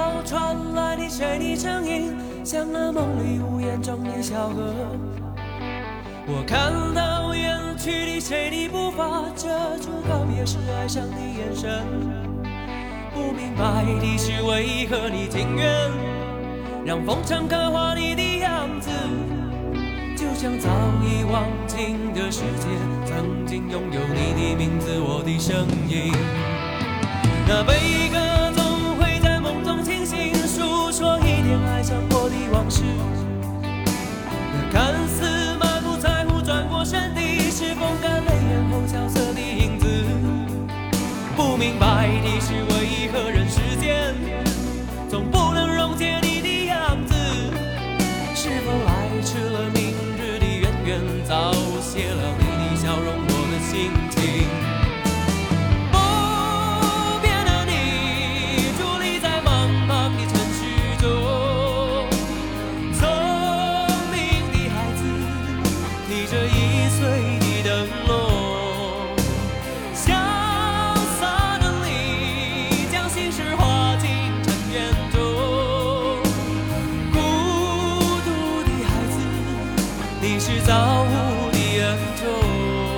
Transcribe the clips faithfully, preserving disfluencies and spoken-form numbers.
到传来你谁的声音，像那梦里屋檐中的小河。我看到远去的谁的步伐，遮住告别时哀伤的眼神。不明白的是，为何你情愿让风尘刻画你的样子，就像早已忘情的世界，曾经拥有你的名字，我的声音。那悲歌总会在梦中清醒，诉说一点爱上过的往事。那看似满不在乎转过身的，是风干泪眼后萧瑟的影子。不明白的是，为何人世间总不能溶解你的样子？是否来迟了明日的渊源，早谢了你的笑容，我的心情。不变的你，伫立在茫茫的城市中，聪明的孩子提着易碎的灯笼。你是造物的恩宠。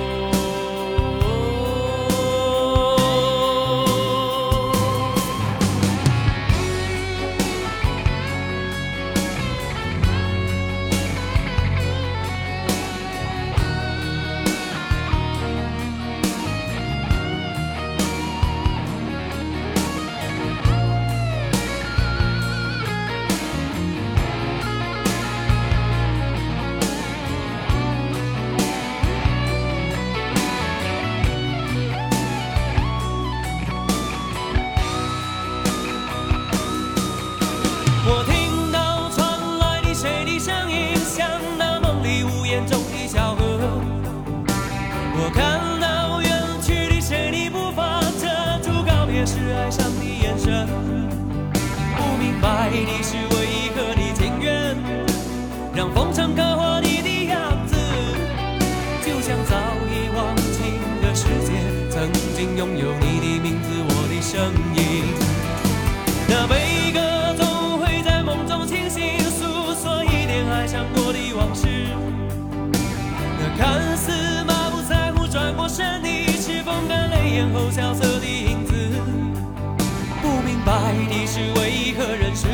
我听到传来的谁的声音，像那梦里屋檐中的小河。我看到远去的谁的步伐，遮住告别时哀伤的眼神。不明白的是，为何你情愿让风尘刻画你的样子，就像早已忘情的世界，曾经拥有你的名字，我的声音。那悲歌清醒，诉说一点爱上过的往事。那看似满不在乎转过身的，是风干泪眼后萧瑟的影子。不明白的是，为何人世